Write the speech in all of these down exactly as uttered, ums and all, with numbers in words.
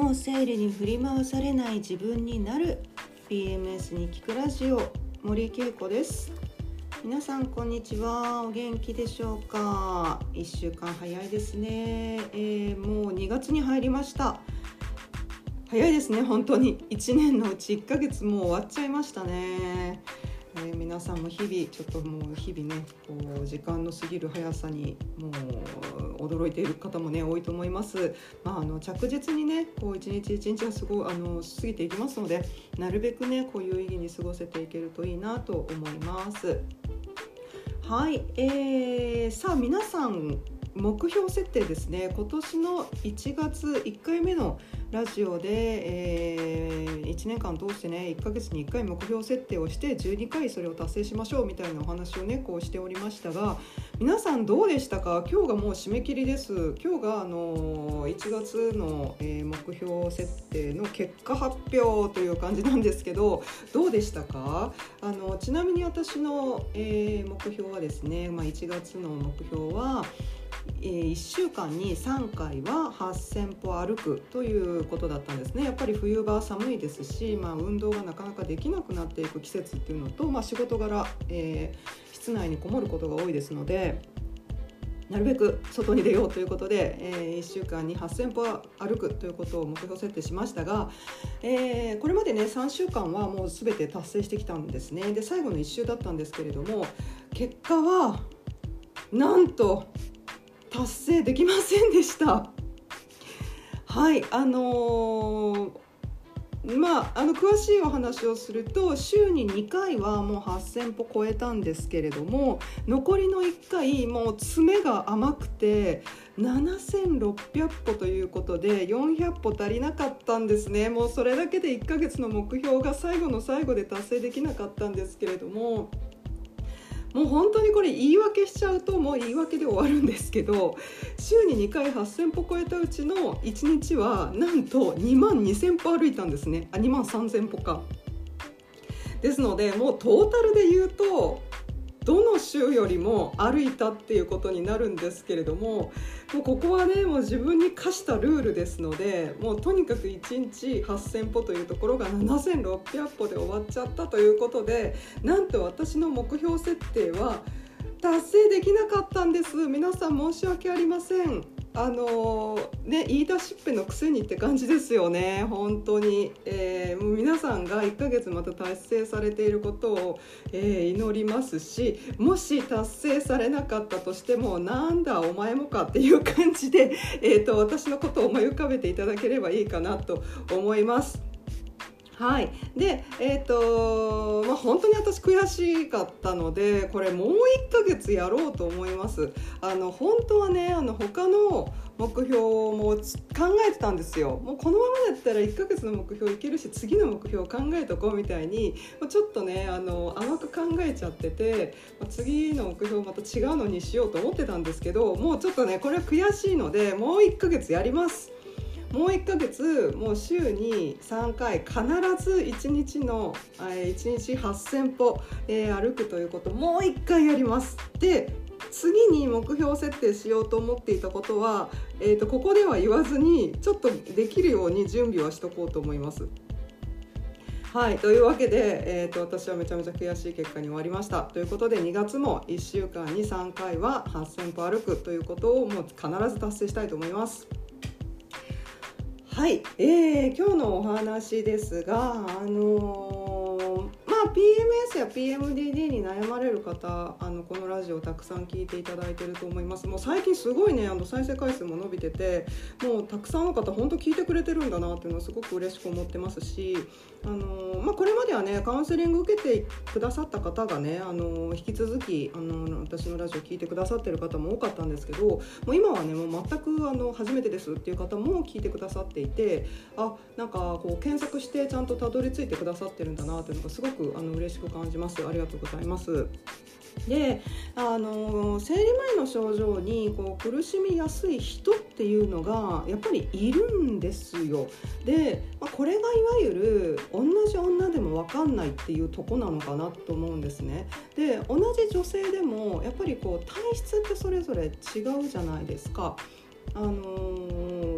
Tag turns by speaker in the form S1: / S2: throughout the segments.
S1: もう生理に振り回されない自分になる ピーエムエス に聞くラジオ、森恵子です。皆さんこんにちは。お元気でしょうか。いっしゅうかん早いですね、えー、もうにがつに入りました。早いですね。本当にいちねんのうちいっかげつもう終わっちゃいましたね。えー、皆さんも日々ちょっともう日々ねこう時間の過ぎる速さにもう驚いている方もね多いと思います。まあ、あの着実にねこう一日一日がすごいあの過ぎていきますので、なるべくねこう有意義に過ごせていけるといいなと思います。はい、えー、さあ皆さん目標設定ですね。今年のいちがついっかいめのラジオで、えー、いちねんかん通してねいっかげつにいっかい目標設定をしてじゅうにかいそれを達成しましょうみたいなお話をねこうしておりましたが、皆さんどうでしたか。今日がもう締め切りです。今日があのいちがつの、えー、目標設定の結果発表という感じなんですけど、どうでしたか。あのちなみに私の、えー、目標はですね、まあ、いちがつの目標はえー、いっしゅうかんにさんかいははっせんぽ歩くということだったんですね。やっぱり冬場寒いですし、まあ、運動がなかなかできなくなっていく季節っていうのと、まあ、仕事柄、えー、室内にこもることが多いですので、なるべく外に出ようということで、えー、いっしゅうかんにはっせんぽ歩くということを目標設定しましたが、えー、これまでねさんしゅうかんはもう全て達成してきたんですね。で最後のいっ週だったんですけれども、結果はなんと達成できませんでした。はい、あのー、まああの詳しいお話をすると、週ににかいはもうはっせんぽ超えたんですけれども、残りのいっかいもう詰めが甘くてななせんろっぴゃっぽということでよんひゃっぽ足りなかったんですね。もうそれだけでいっかげつの目標が最後の最後で達成できなかったんですけれども、もう本当にこれ言い訳しちゃうともう言い訳で終わるんですけど、週ににかいはっせんぽ超えたうちのいちにちはなんとにまんにせんぽ歩いたんですね。あ、にまんさんぜんぽか。ですのでもうトータルで言うとどの週よりも歩いたっていうことになるんですけれども、もうここはねもう自分に課したルールですので、もうとにかくいちにちはっせんぽというところがななせんろっぴゃっぽで終わっちゃったということで、なんと私の目標設定は達成できなかったんです。皆さん申し訳ありません。あのー、ね言い出しっぺのくせにって感じですよね。本当に、えー、もう皆さんがいっかげつまた達成されていることを、えー、祈りますし、もし達成されなかったとしてもなんだお前もかっていう感じで、えーと、私のことを思い浮かべていただければいいかなと思います。はい、で、えーとまあ、本当に私悔しかったので、これもういっかげつやろうと思います。あの本当はねあの他の目標も考えてたんですよ。もうこのままだったらいっかげつの目標いけるし、次の目標を考えとこうみたいにちょっとねあの甘く考えちゃってて、次の目標また違うのにしようと思ってたんですけど、もうちょっとねこれは悔しいのでもういっかげつやります。もういっかげつもう週にさんかい必ずいちにちのいちにちはっせんぽ、えー、歩くということをもういっかいやります。で次に目標設定しようと思っていたことは、えーと、ここでは言わずにちょっとできるように準備はしとこうと思います。はい、というわけで、えーと、私はめちゃめちゃ悔しい結果に終わりました。ということでにがつもいっしゅうかんにさんかいははっせんぽ歩くということをもう必ず達成したいと思います。はい、えー、今日のお話ですが、あのー、まあ ピーエムエス や ピーエムディーディー に悩まれる方、あのこのラジオをたくさん聞いていただいていると思います。もう最近すごいねあの再生回数も伸びてて、もうたくさんの方本当聞いてくれてるんだなっていうのはすごく嬉しく思ってますし、あのーまあ、これまではねカウンセリング受けてくださった方がね、あのー、引き続き、あのー、私のラジオ聞いてくださってる方も多かったんですけど、もう今はねもう全くあの初めてですっていう方も聞いてくださっていて、あなんかこう検索してちゃんとたどり着いてくださってるんだなっていうのがすごくあの嬉しく感じます。ありがとうございます。で、あの生理前の症状にこう苦しみやすい人っていうのがやっぱりいるんですよ。で、まあ、これがいわゆる同じ女でも分かんないっていうとこなのかなと思うんですね。で、同じ女性でもやっぱりこう体質ってそれぞれ違うじゃないですか。あのー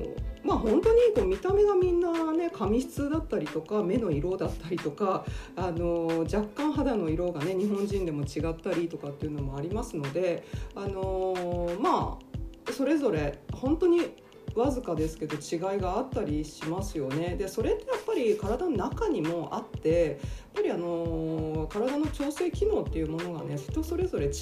S1: まあ本当にこう見た目がみんなね髪質だったりとか目の色だったりとか、あの若干肌の色がね日本人でも違ったりとかっていうのもありますので、あのまあそれぞれ本当にわずかですけど違いがあったりしますよね。でそれってやっぱり体の中にもあって、やっぱりあの体の調整機能っていうものがね人それぞれ違って、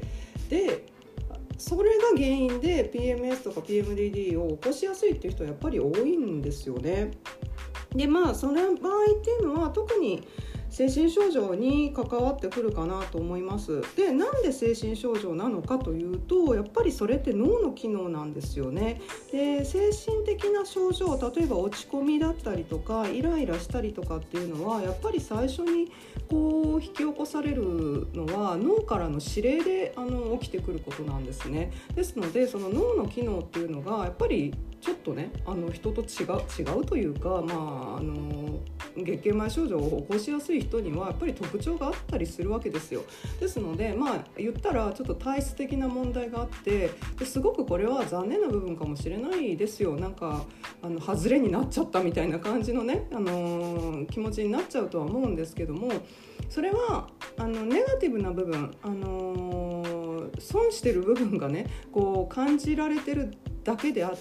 S1: でそれが原因で ピーエムエス とか ピーエムディーディー を起こしやすいっていう人はやっぱり多いんですよね。でまあその場合っていうのは特に精神症状に関わってくるかなと思います。でなんで精神症状なのかというと、やっぱりそれって脳の機能なんですよね。で精神的な症状、例えば落ち込みだったりとかイライラしたりとかっていうのはやっぱり最初にこう引き起こされるのは脳からの指令であの起きてくることなんですね。ですのでその脳の機能っていうのがやっぱりちょっとねあの人と違う違うというか、まああの月経前症状を起こしやすい人にはやっぱり特徴があったりするわけですよ。ですのでまあ言ったらちょっと体質的な問題があって、ですごくこれは残念な部分かもしれないですよ。なんかあの外れになっちゃったみたいな感じのね、あのー、気持ちになっちゃうとは思うんですけども、それはあのネガティブな部分、あのー、損してる部分がねこう感じられてるだけであって、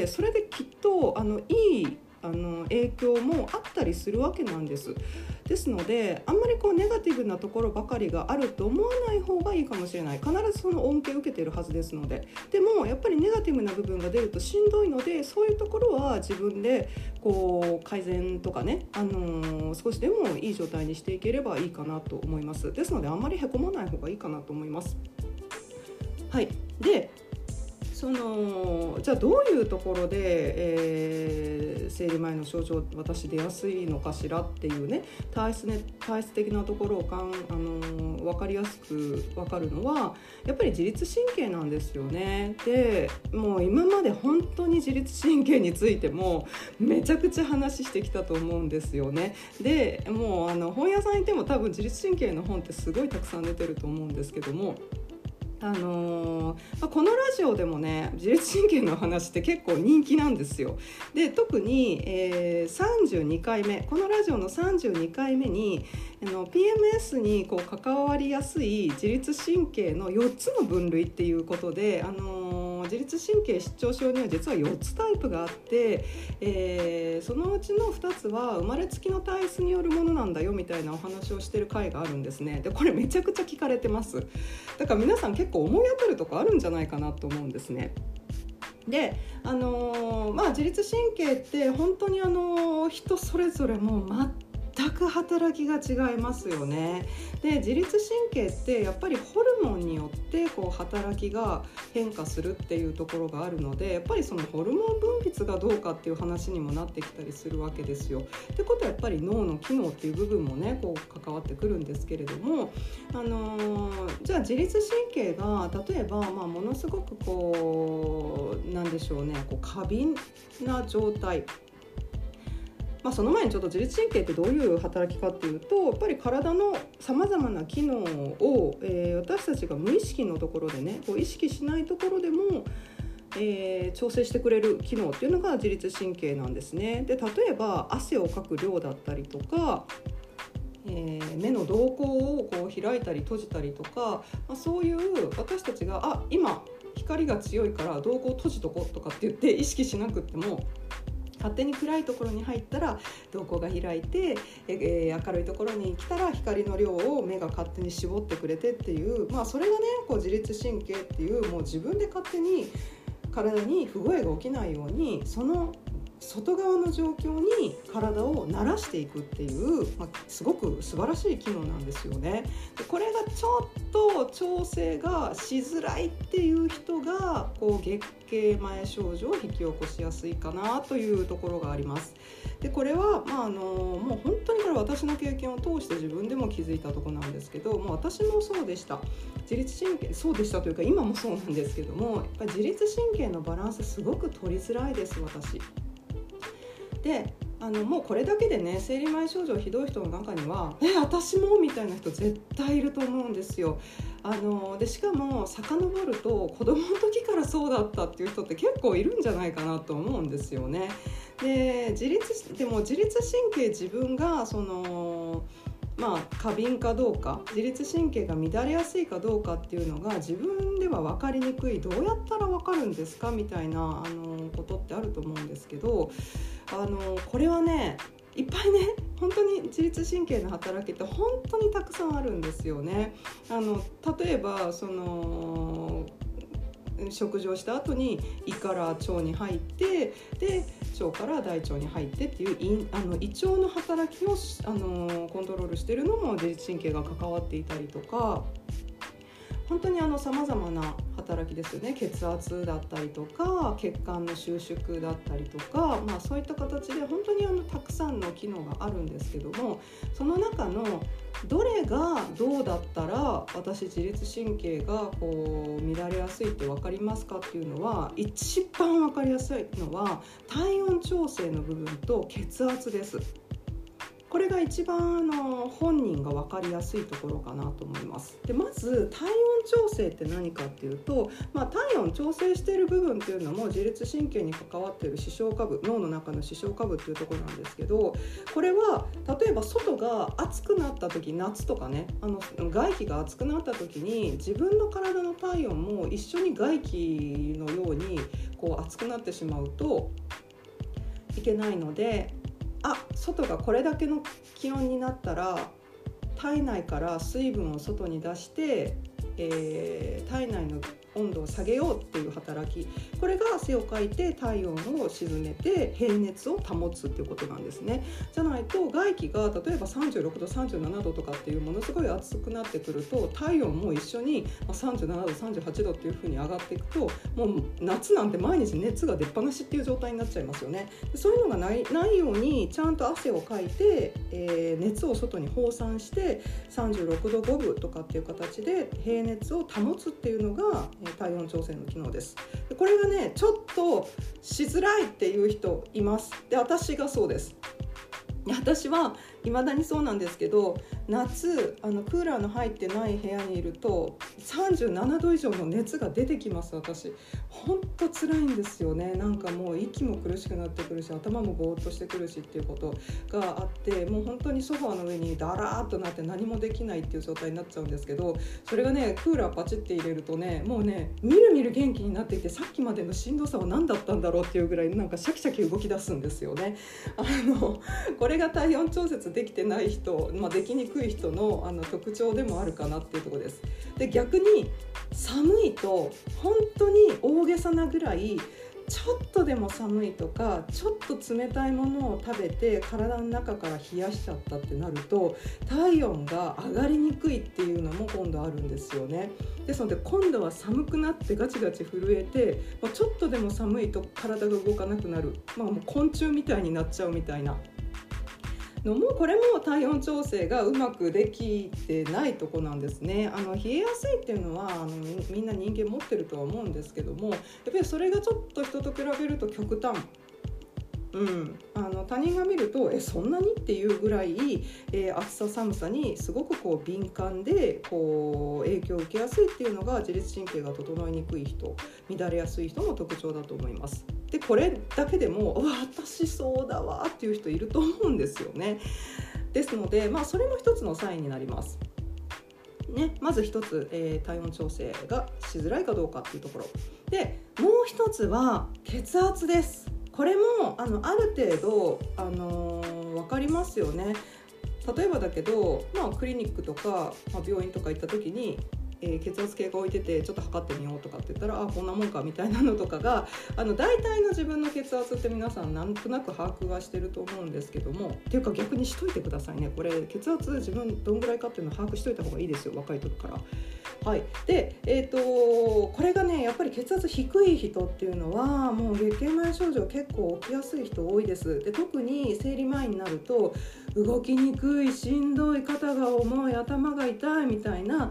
S1: それできっとあのいいあの影響もあったりするわけなんです。ですのであんまりこうネガティブなところばかりがあると思わない方がいいかもしれない。必ずその恩恵を受けているはずですので。でもやっぱりネガティブな部分が出るとしんどいので、そういうところは自分でこう改善とかね、あのー、少しでもいい状態にしていければいいかなと思います。ですのであんまりへこまない方がいいかなと思います。はい。でそのじゃあどういうところで、えー、生理前の症状私出やすいのかしらっていうね、体質ね体質的なところをかん、あのー、分かりやすく分かるのはやっぱり自律神経なんですよね。でもう今まで本当に自律神経についてもめちゃくちゃ話してきたと思うんですよね。でもうあの本屋さんにいても多分自律神経の本ってすごいたくさん出てると思うんですけども、あのーまあ、このラジオでもね自律神経の話って結構人気なんですよ。で特に、えー、さんじゅうにかいめ、このラジオのさんじゅうにかいめにあの ピーエムエス にこう関わりやすい自律神経のよっつの分類っていうことで、あのー、自律神経失調症には実はよっつタイプがあって、えー、そのうちのふたつは生まれつきの体質によるものなんだよみたいなお話をしてる回があるんですね。でこれめちゃくちゃ聞かれてます。だから皆さん結構思い当たるとこあるんじゃないかなと思うんですね。で、あのーまあ、自律神経って本当に、あのー、人それぞれもう全く働きが違いますよね。で自律神経ってやっぱりホルモンによってこう働きが変化するっていうところがあるので、やっぱりそのホルモン分泌がどうかっていう話にもなってきたりするわけですよ。ってことはやっぱり脳の機能っていう部分もねこう関わってくるんですけれども、あのー、じゃあ自律神経が例えば、まあ、ものすごくこうなんでしょうねこう過敏な状態、まあ、その前にちょっと自律神経ってどういう働きかっていうと、やっぱり体のさまざまな機能を、えー、私たちが無意識のところでねこう意識しないところでも、えー、調整してくれる機能っていうのが自律神経なんですね。で例えば汗をかく量だったりとか、えー、目の瞳孔をこう開いたり閉じたりとか、まあ、そういう私たちがあ今光が強いから瞳孔閉じとこうとかって言って意識しなくっても勝手に暗いところに入ったら瞳孔が開いて、えー、明るいところに来たら光の量を目が勝手に絞ってくれてっていう、まあ、それがねこう自律神経っていうもう自分で勝手に体に不具合が起きないようにその外側の状況に体を慣らしていくっていう、まあ、すごく素晴らしい機能なんですよね。でこれがちょっと調整がしづらいっていう人がこう月経前症状を引き起こしやすいかなというところがあります。でこれは、まあ、あのもう本当にこれ私の経験を通して自分でも気づいたところなんですけど、もう私もそうでした。自律神経そうでしたというか今もそうなんですけども、やっぱり自律神経のバランスすごく取りづらいです私。で、 あのもうこれだけでね生理前症状ひどい人の中にはえ私もみたいな人絶対いると思うんですよ。あのでしかも遡ると子供の時からそうだったっていう人って結構いるんじゃないかなと思うんですよね。で自律でも自律神経自分がそのまあ、過敏かどうか自律神経が乱れやすいかどうかっていうのが自分では分かりにくい。どうやったら分かるんですかみたいなあのことってあると思うんですけど、あのこれはねいっぱいね本当に自律神経の働きって本当にたくさんあるんですよね。あの例えばその食事をした後に胃から腸に入ってで腸から大腸に入ってっていうあの胃腸の働きをあのコントロールしているのも自律神経が関わっていたりとか、本当にあの様々な働きですよね。血圧だったりとか血管の収縮だったりとか、まあ、そういった形で本当にあのたくさんの機能があるんですけども、その中のどれがどうだったら私自律神経がこう乱れやすいって分かりますかっていうのは、一番分かりやすいのは体温調整の部分と血圧です。これが一番あの本人が分かりやすいところかなと思います。でまず体温調整って何かっていうと、まあ、体温調整している部分っていうのも自律神経に関わっている視床下部、脳の中の視床下部っていうところなんですけど、これは例えば外が暑くなった時、夏とかね、あの外気が暑くなった時に自分の体の体温も一緒に外気のようにこう暑くなってしまうといけないので、あ、外がこれだけの気温になったら体内から水分を外に出して、えー、体内の温度を下げようっていう働き、これが汗をかいて体温を沈めて平熱を保つっていうことなんですね。じゃないと外気が例えばさんじゅうろくどさんじゅうななどとかっていうものすごい暑くなってくると体温も一緒にさんじゅうななどさんじゅうはちどっていう風に上がっていくと、もう夏なんて毎日熱が出っ放しっていう状態になっちゃいますよね。そういうのがない、ないようにちゃんと汗をかいて、えー、熱を外に放散してさんじゅうろくどごぶとかっていう形で平熱を保つっていうのが体温調整の機能です。でこれがねちょっとしづらいっていう人います。で私がそうです。私は未だにそうなんですけど、夏あのクーラーの入ってない部屋にいるとさんじゅうななど以上の熱が出てきます。私ほんと辛いんですよね。なんかもう息も苦しくなってくるし頭もぼーっとしてくるしっていうことがあって、もう本当にソファーの上にダラーっとなって何もできないっていう状態になっちゃうんですけど、それがねクーラーパチって入れるとね、もうねみるみる元気になってきて、さっきまでのしんどさは何だったんだろうっていうぐらいなんかシャキシャキ動き出すんですよね。あのこれが体温調節できてない人、まあ、できにくい人 の, あの特徴でもあるかなっていうところです。で逆に寒いと本当に大げさなぐらいちょっとでも寒いとかちょっと冷たいものを食べて体の中から冷やしちゃったってなると体温が上がりにくいっていうのも今度あるんですよね。ですので今度は寒くなってガチガチ震えて、まあ、ちょっとでも寒いと体が動かなくなる、まあ、もう昆虫みたいになっちゃうみたいなのも、これも体温調整がうまくできてないとこなんですね。あの冷えやすいっていうのはあの み, みんな人間持ってるとは思うんですけども、やっぱりそれがちょっと人と比べると極端、うん、あの他人が見るとえそんなにっていうぐらい、えー、暑さ寒さにすごくこう敏感でこう影響を受けやすいっていうのが自律神経が整いにくい人、乱れやすい人の特徴だと思います。でこれだけでもうわ私そうだわっていう人いると思うんですよね。ですので、まあ、それも一つのサインになりますね。まず一つ、えー、体温調整がしづらいかどうかっていうところで、もう一つは血圧です。これも あのある程度、あのー、分かりますよね。例えばだけど、まあ、クリニックとか、まあ、病院とか行った時にえー、血圧計が置いててちょっと測ってみようとかって言ったらあこんなもんかみたいなのとかがあの大体の自分の血圧って皆さんなんとなく把握はしてると思うんですけども、っていうか逆にしといてくださいね。これ血圧自分どんぐらいかっていうのを把握しといた方がいいですよ、若い時から。はい、で、えーと、これがねやっぱり血圧低い人っていうのはもう月経前症状結構起きやすい人多いです。で特に生理前になると動きにくい、しんどい、肩が重い、頭が痛いみたいな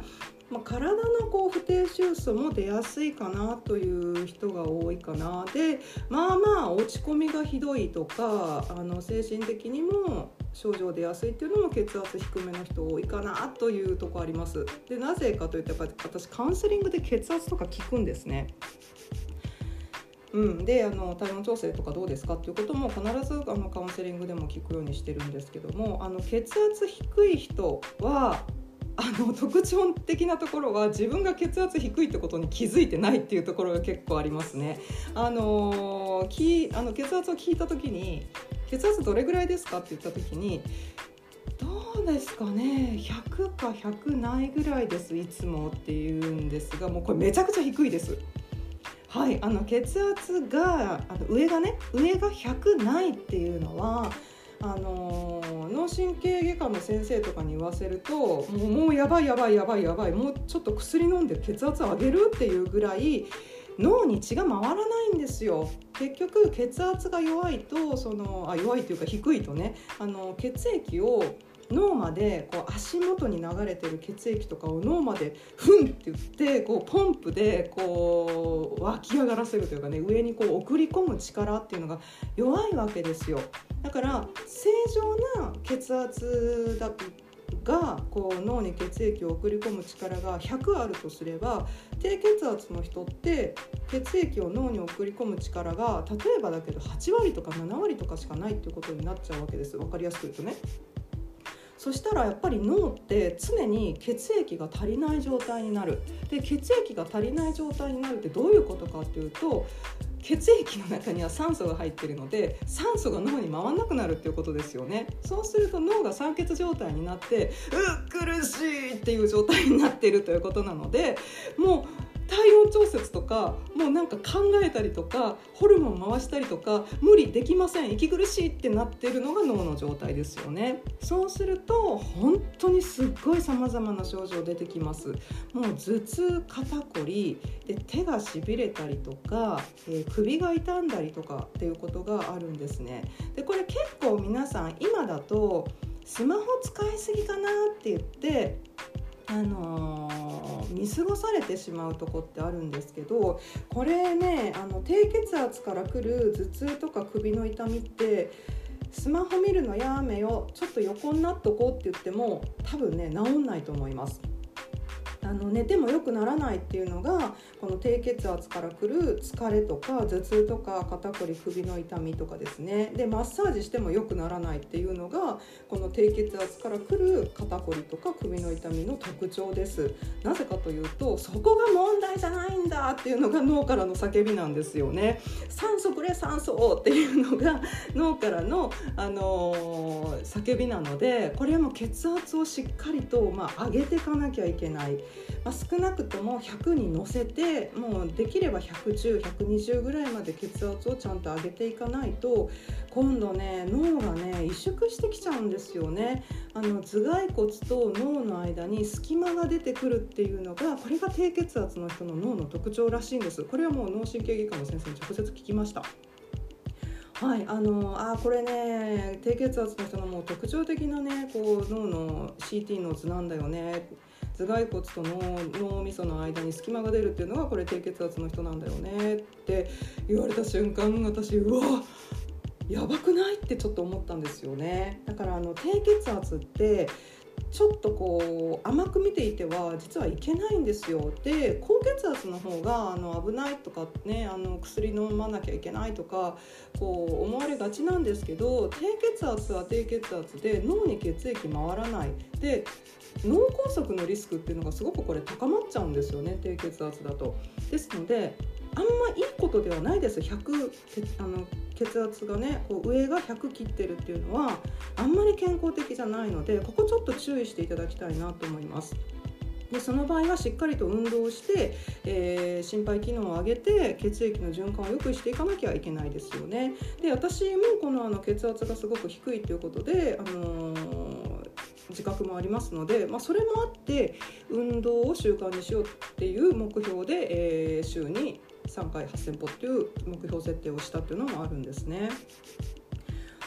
S1: まあ、体のこう不定収素も出やすいかなという人が多いかな。でまあまあ落ち込みがひどいとか、あの精神的にも症状出やすいっていうのも血圧低めの人多いかなというところあります。でなぜかというと、やっぱり私カウンセリングで血圧とか聞くんですね。うん、であの体温調整とかどうですかっていうことも必ずあのカウンセリングでも聞くようにしてるんですけども、あの血圧低い人はあの特徴的なところは自分が血圧低いってことに気づいてないっていうところが結構ありますね。あのきあの血圧を聞いた時に血圧どれぐらいですかって言った時にどうですかねひゃくかひゃくないぐらいですいつもって言うんですが、もうこれめちゃくちゃ低いです。はい、あの血圧があの上がね上がひゃくないっていうのはあの脳神経外科の先生とかに言わせるともう、もうやばいやばいやばいやばいもうちょっと薬飲んで血圧上げるっていうぐらい脳に血が回らないんですよ。結局血圧が弱いとそのあ弱いというか低いとねあの血液を脳までこう足元に流れてる血液とかを脳までフンって言ってこうポンプでこう湧き上がらせるというかね上にこう送り込む力っていうのが弱いわけですよ。だから正常な血圧だがこう脳に血液を送り込む力がひゃくあるとすれば、低血圧の人って血液を脳に送り込む力が例えばだけどはちわりとかななわりとかしかないっていうことになっちゃうわけです。わかりやすく言うとね。そしたらやっぱり脳って常に血液が足りない状態になる。で血液が足りない状態になるってどういうことかっていうと、血液の中には酸素が入っているので酸素が脳に回らなくなるっていうことですよね。そうすると脳が酸欠状態になってうっ苦しいっていう状態になっているということなので、もう体温調節とかもうなんか考えたりとかホルモン回したりとか無理できません、息苦しいってなってるのが脳の状態ですよね。そうすると本当にすっごいさまざまな症状出てきます。もう頭痛、肩こりで手がしびれたりとか、えー、首が痛んだりとかっていうことがあるんですね。でこれ結構皆さん今だとスマホ使いすぎかなって言ってあのー、見過ごされてしまうとこってあるんですけど、これねあの低血圧から来る頭痛とか首の痛みってスマホ見るのやめよちょっと横になっとこうって言っても多分ね治んないと思います。あの寝ても良くならないっていうのがこの低血圧から来る疲れとか頭痛とか肩こり首の痛みとかですね。でマッサージしても良くならないっていうのがこの低血圧から来る肩こりとか首の痛みの特徴です。なぜかというとそこが問題じゃないんだっていうのが脳からの叫びなんですよね。酸素くれ酸素っていうのが脳からの、あのー、叫びなので、これはもう血圧をしっかりと、まあ、上げていかなきゃいけない。まあ、少なくともひゃくに乗せてもうできればひゃくじゅう、ひゃくにじゅうぐらいまで血圧をちゃんと上げていかないと今度ね脳がね萎縮してきちゃうんですよね。あの頭蓋骨と脳の間に隙間が出てくるっていうのがこれが低血圧の人の脳の特徴らしいんです。これはもう脳神経外科の先生に直接聞きました。はい、あのあこれね低血圧の人のもう特徴的なねこう脳の シーティー の図なんだよね。頭蓋骨と 脳, 脳みその間に隙間が出るっていうのがこれ低血圧の人なんだよねって言われた瞬間、私うわやばくないってちょっと思ったんですよね。だからあの低血圧ってちょっとこう甘く見ていては実はいけないんですよ。で高血圧の方があの危ないとかね、あの薬飲まなきゃいけないとかこう思われがちなんですけど、低血圧は低血圧で脳に血液回らないで脳梗塞のリスクっていうのがすごくこれ高まっちゃうんですよね、低血圧だと。ですのであんまいいことではないです。ひゃくあの血圧がねこう上がひゃく切ってるっていうのはあんまり健康的じゃないので、ここちょっと注意していただきたいなと思います。でその場合はしっかりと運動して、えー、心肺機能を上げて血液の循環を良くしていかなきゃいけないですよね。で私もこの、あの血圧がすごく低いということで、あのー自覚もありますので、まあ、それもあって運動を習慣にしようっていう目標で、えー、週にさんかいはっせんぽっていう目標設定をしたっていうのもあるんですね。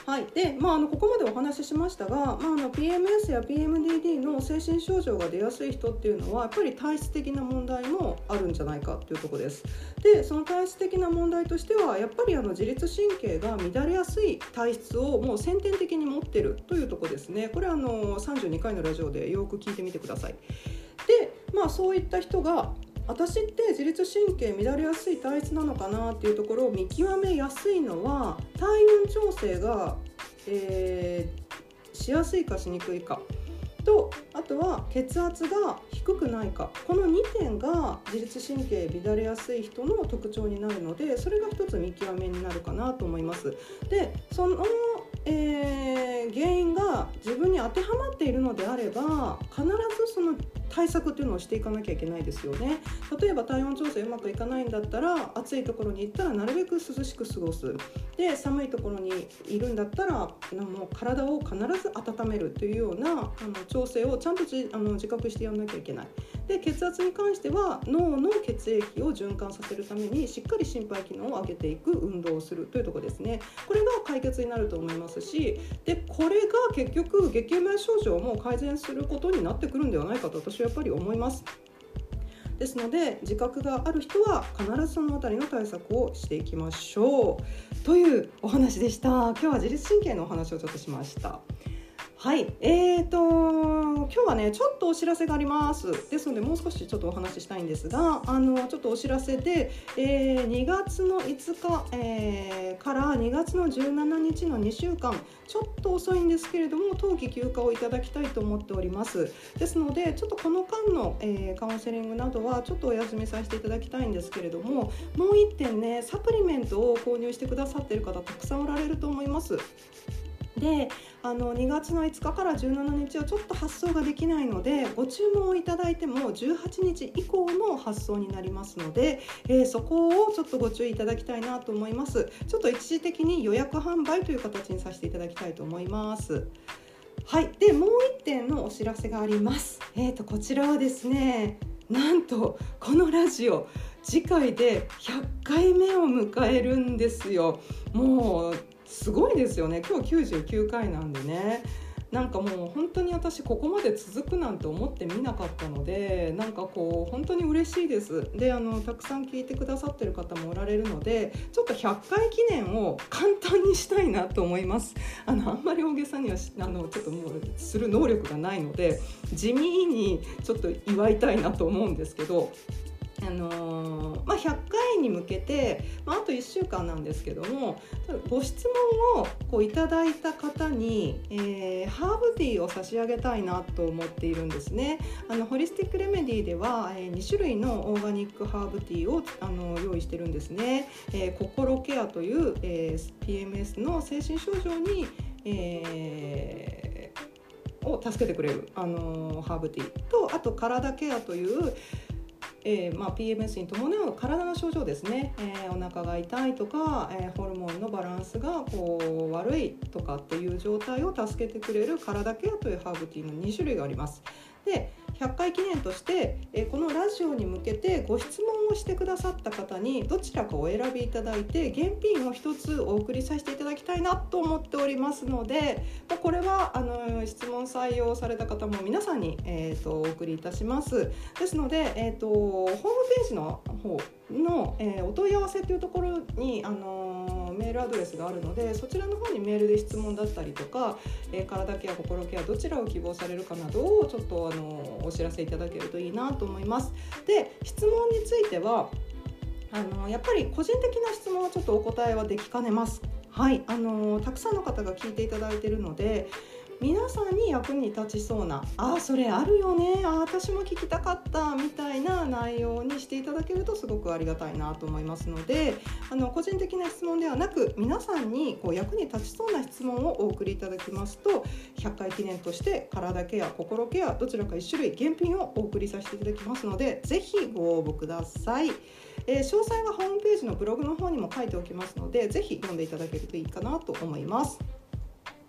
S1: はい。で、まあ、あのここまでお話ししましたが、まあ、あの ピーエムエス や ピーエムディーディー の精神症状が出やすい人っていうのはやっぱり体質的な問題もあるんじゃないかというところです。で、その体質的な問題としてはやっぱりあの自律神経が乱れやすい体質をもう先天的に持っているというところですね。これはあのさんじゅうにかいのラジオでよく聞いてみてください。で、まあ、そういった人が私って自律神経乱れやすい体質なのかなっていうところを見極めやすいのは体温調整が、えー、しやすいかしにくいかと、あとは血圧が低くないか、このにてんが自律神経乱れやすい人の特徴になるので、それが一つ見極めになるかなと思います。で、その、えー、原因が自分に当てはまっているのであれば必ずその対策っていうのをしていかなきゃいけないですよね。例えば体温調整うまくいかないんだったら暑いところに行ったらなるべく涼しく過ごす。で、寒いところにいるんだったらもう体を必ず温めるというようなあの調整をちゃんとじあの自覚してやらなきゃいけない。で、血圧に関しては脳の血液を循環させるためにしっかり心肺機能を上げていく運動をするというところですね。これが解決になると思いますし、でこれが結局激うま症状も改善することになってくるんではないかと私はやっぱり思います。ですので自覚がある人は必ずそのあたりの対策をしていきましょうというお話でした。今日は自律神経のお話をちょっとしました。はい、えーと今日はねちょっとお知らせがあります。ですのでもう少しちょっとお話ししたいんですが、あのちょっとお知らせで、えー、にがつのいつか、えー、からにがつのじゅうしちにちのにしゅうかん、ちょっと遅いんですけれども冬季休暇をいただきたいと思っております。ですのでちょっとこの間の、えー、カウンセリングなどはちょっとお休みさせていただきたいんですけれども、もういってんねサプリメントを購入してくださっている方たくさんおられると思います。で、あのにがつのいつかからじゅうしちにちはちょっと発送ができないので、ご注文をいただいてもじゅうはちにち以降の発送になりますので、えー、そこをちょっとご注意いただきたいなと思います。ちょっと一時的に予約販売という形にさせていただきたいと思います。はい。で、もういってんのお知らせがあります。えーとこちらはですね、なんとこのラジオ次回でひゃっかいめを迎えるんですよ。もうすごいですよね。今日きゅうじゅうきゅうかいなんでね、なんかもう本当に私ここまで続くなんて思ってみなかったので、なんかこう本当に嬉しいです。で、あのたくさん聞いてくださってる方もおられるので、ちょっとひゃっかい記念を簡単にしたいなと思います。あのあんまり大げさにはあのちょっともうする能力がないので、地味にちょっと祝いたいなと思うんですけど、あのーまあ、ひゃっかいに向けて、まあ、あといっしゅうかんなんですけども、ご質問をこういただいた方に、えー、ハーブティーを差し上げたいなと思っているんですね。あのホリスティックレメディでは、えー、にしゅるいのオーガニックハーブティーをあの用意してるんですね。えー、心ケアという、えー、ピーエムエス の精神症状に、えー、を助けてくれる、あのー、ハーブティーと、あと体ケアというえーまあ、ピーエムエス に伴う体の症状ですね、えー、お腹が痛いとか、えー、ホルモンのバランスがこう悪いとかっていう状態を助けてくれる体ケアというハーブティーのにしゅるいがあります。で、ひゃっかい記念として、えー、このラジオに向けてご質問をしてくださった方にどちらかお選びいただいて現品を一つお送りさせていただきたいなと思っておりますので、まあ、これはあの質問採用された方も皆さんに、えー、とお送りいたします。ですので、えー、とホームページの方の、えー、お問い合わせというところに、あのー、メールアドレスがあるので、そちらの方にメールで質問だったりとか、えー、体ケア心ケアどちらを希望されるかなどをちょっと、あのー、お知らせいただけるといいなと思います。で、質問についてはあのー、やっぱり個人的な質問はちょっとお答えはできかねます。はい、あのー、たくさんの方が聞いていただいているので、皆さんに役に立ちそうな、あ、それあるよね、あ、私も聞きたかったみたいな内容にしていただけるとすごくありがたいなと思いますので、あの個人的な質問ではなく皆さんにこう役に立ちそうな質問をお送りいただきますと、ひゃっかい記念として体ケア心ケアどちらかいっしゅるい現品をお送りさせていただきますので、ぜひご応募ください。えー、詳細はホームページのブログの方にも書いておきますので、ぜひ読んでいただけるといいかなと思います。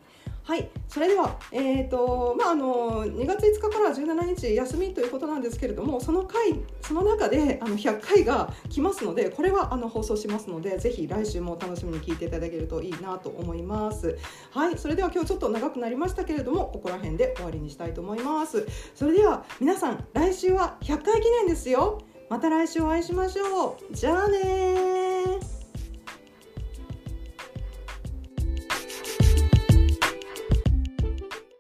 S1: はい、それでは、えーとまあ、あのにがついつかからじゅうしちにち休みということなんですけれども、その回その中であのひゃっかいが来ますので、これはあの放送しますので、ぜひ来週も楽しみに聞いていただけるといいなと思います。はい、それでは今日ちょっと長くなりましたけれども、ここら辺で終わりにしたいと思います。それでは皆さん、来週はひゃっかい記念ですよ。また来週お会いしましょう。じゃあねー。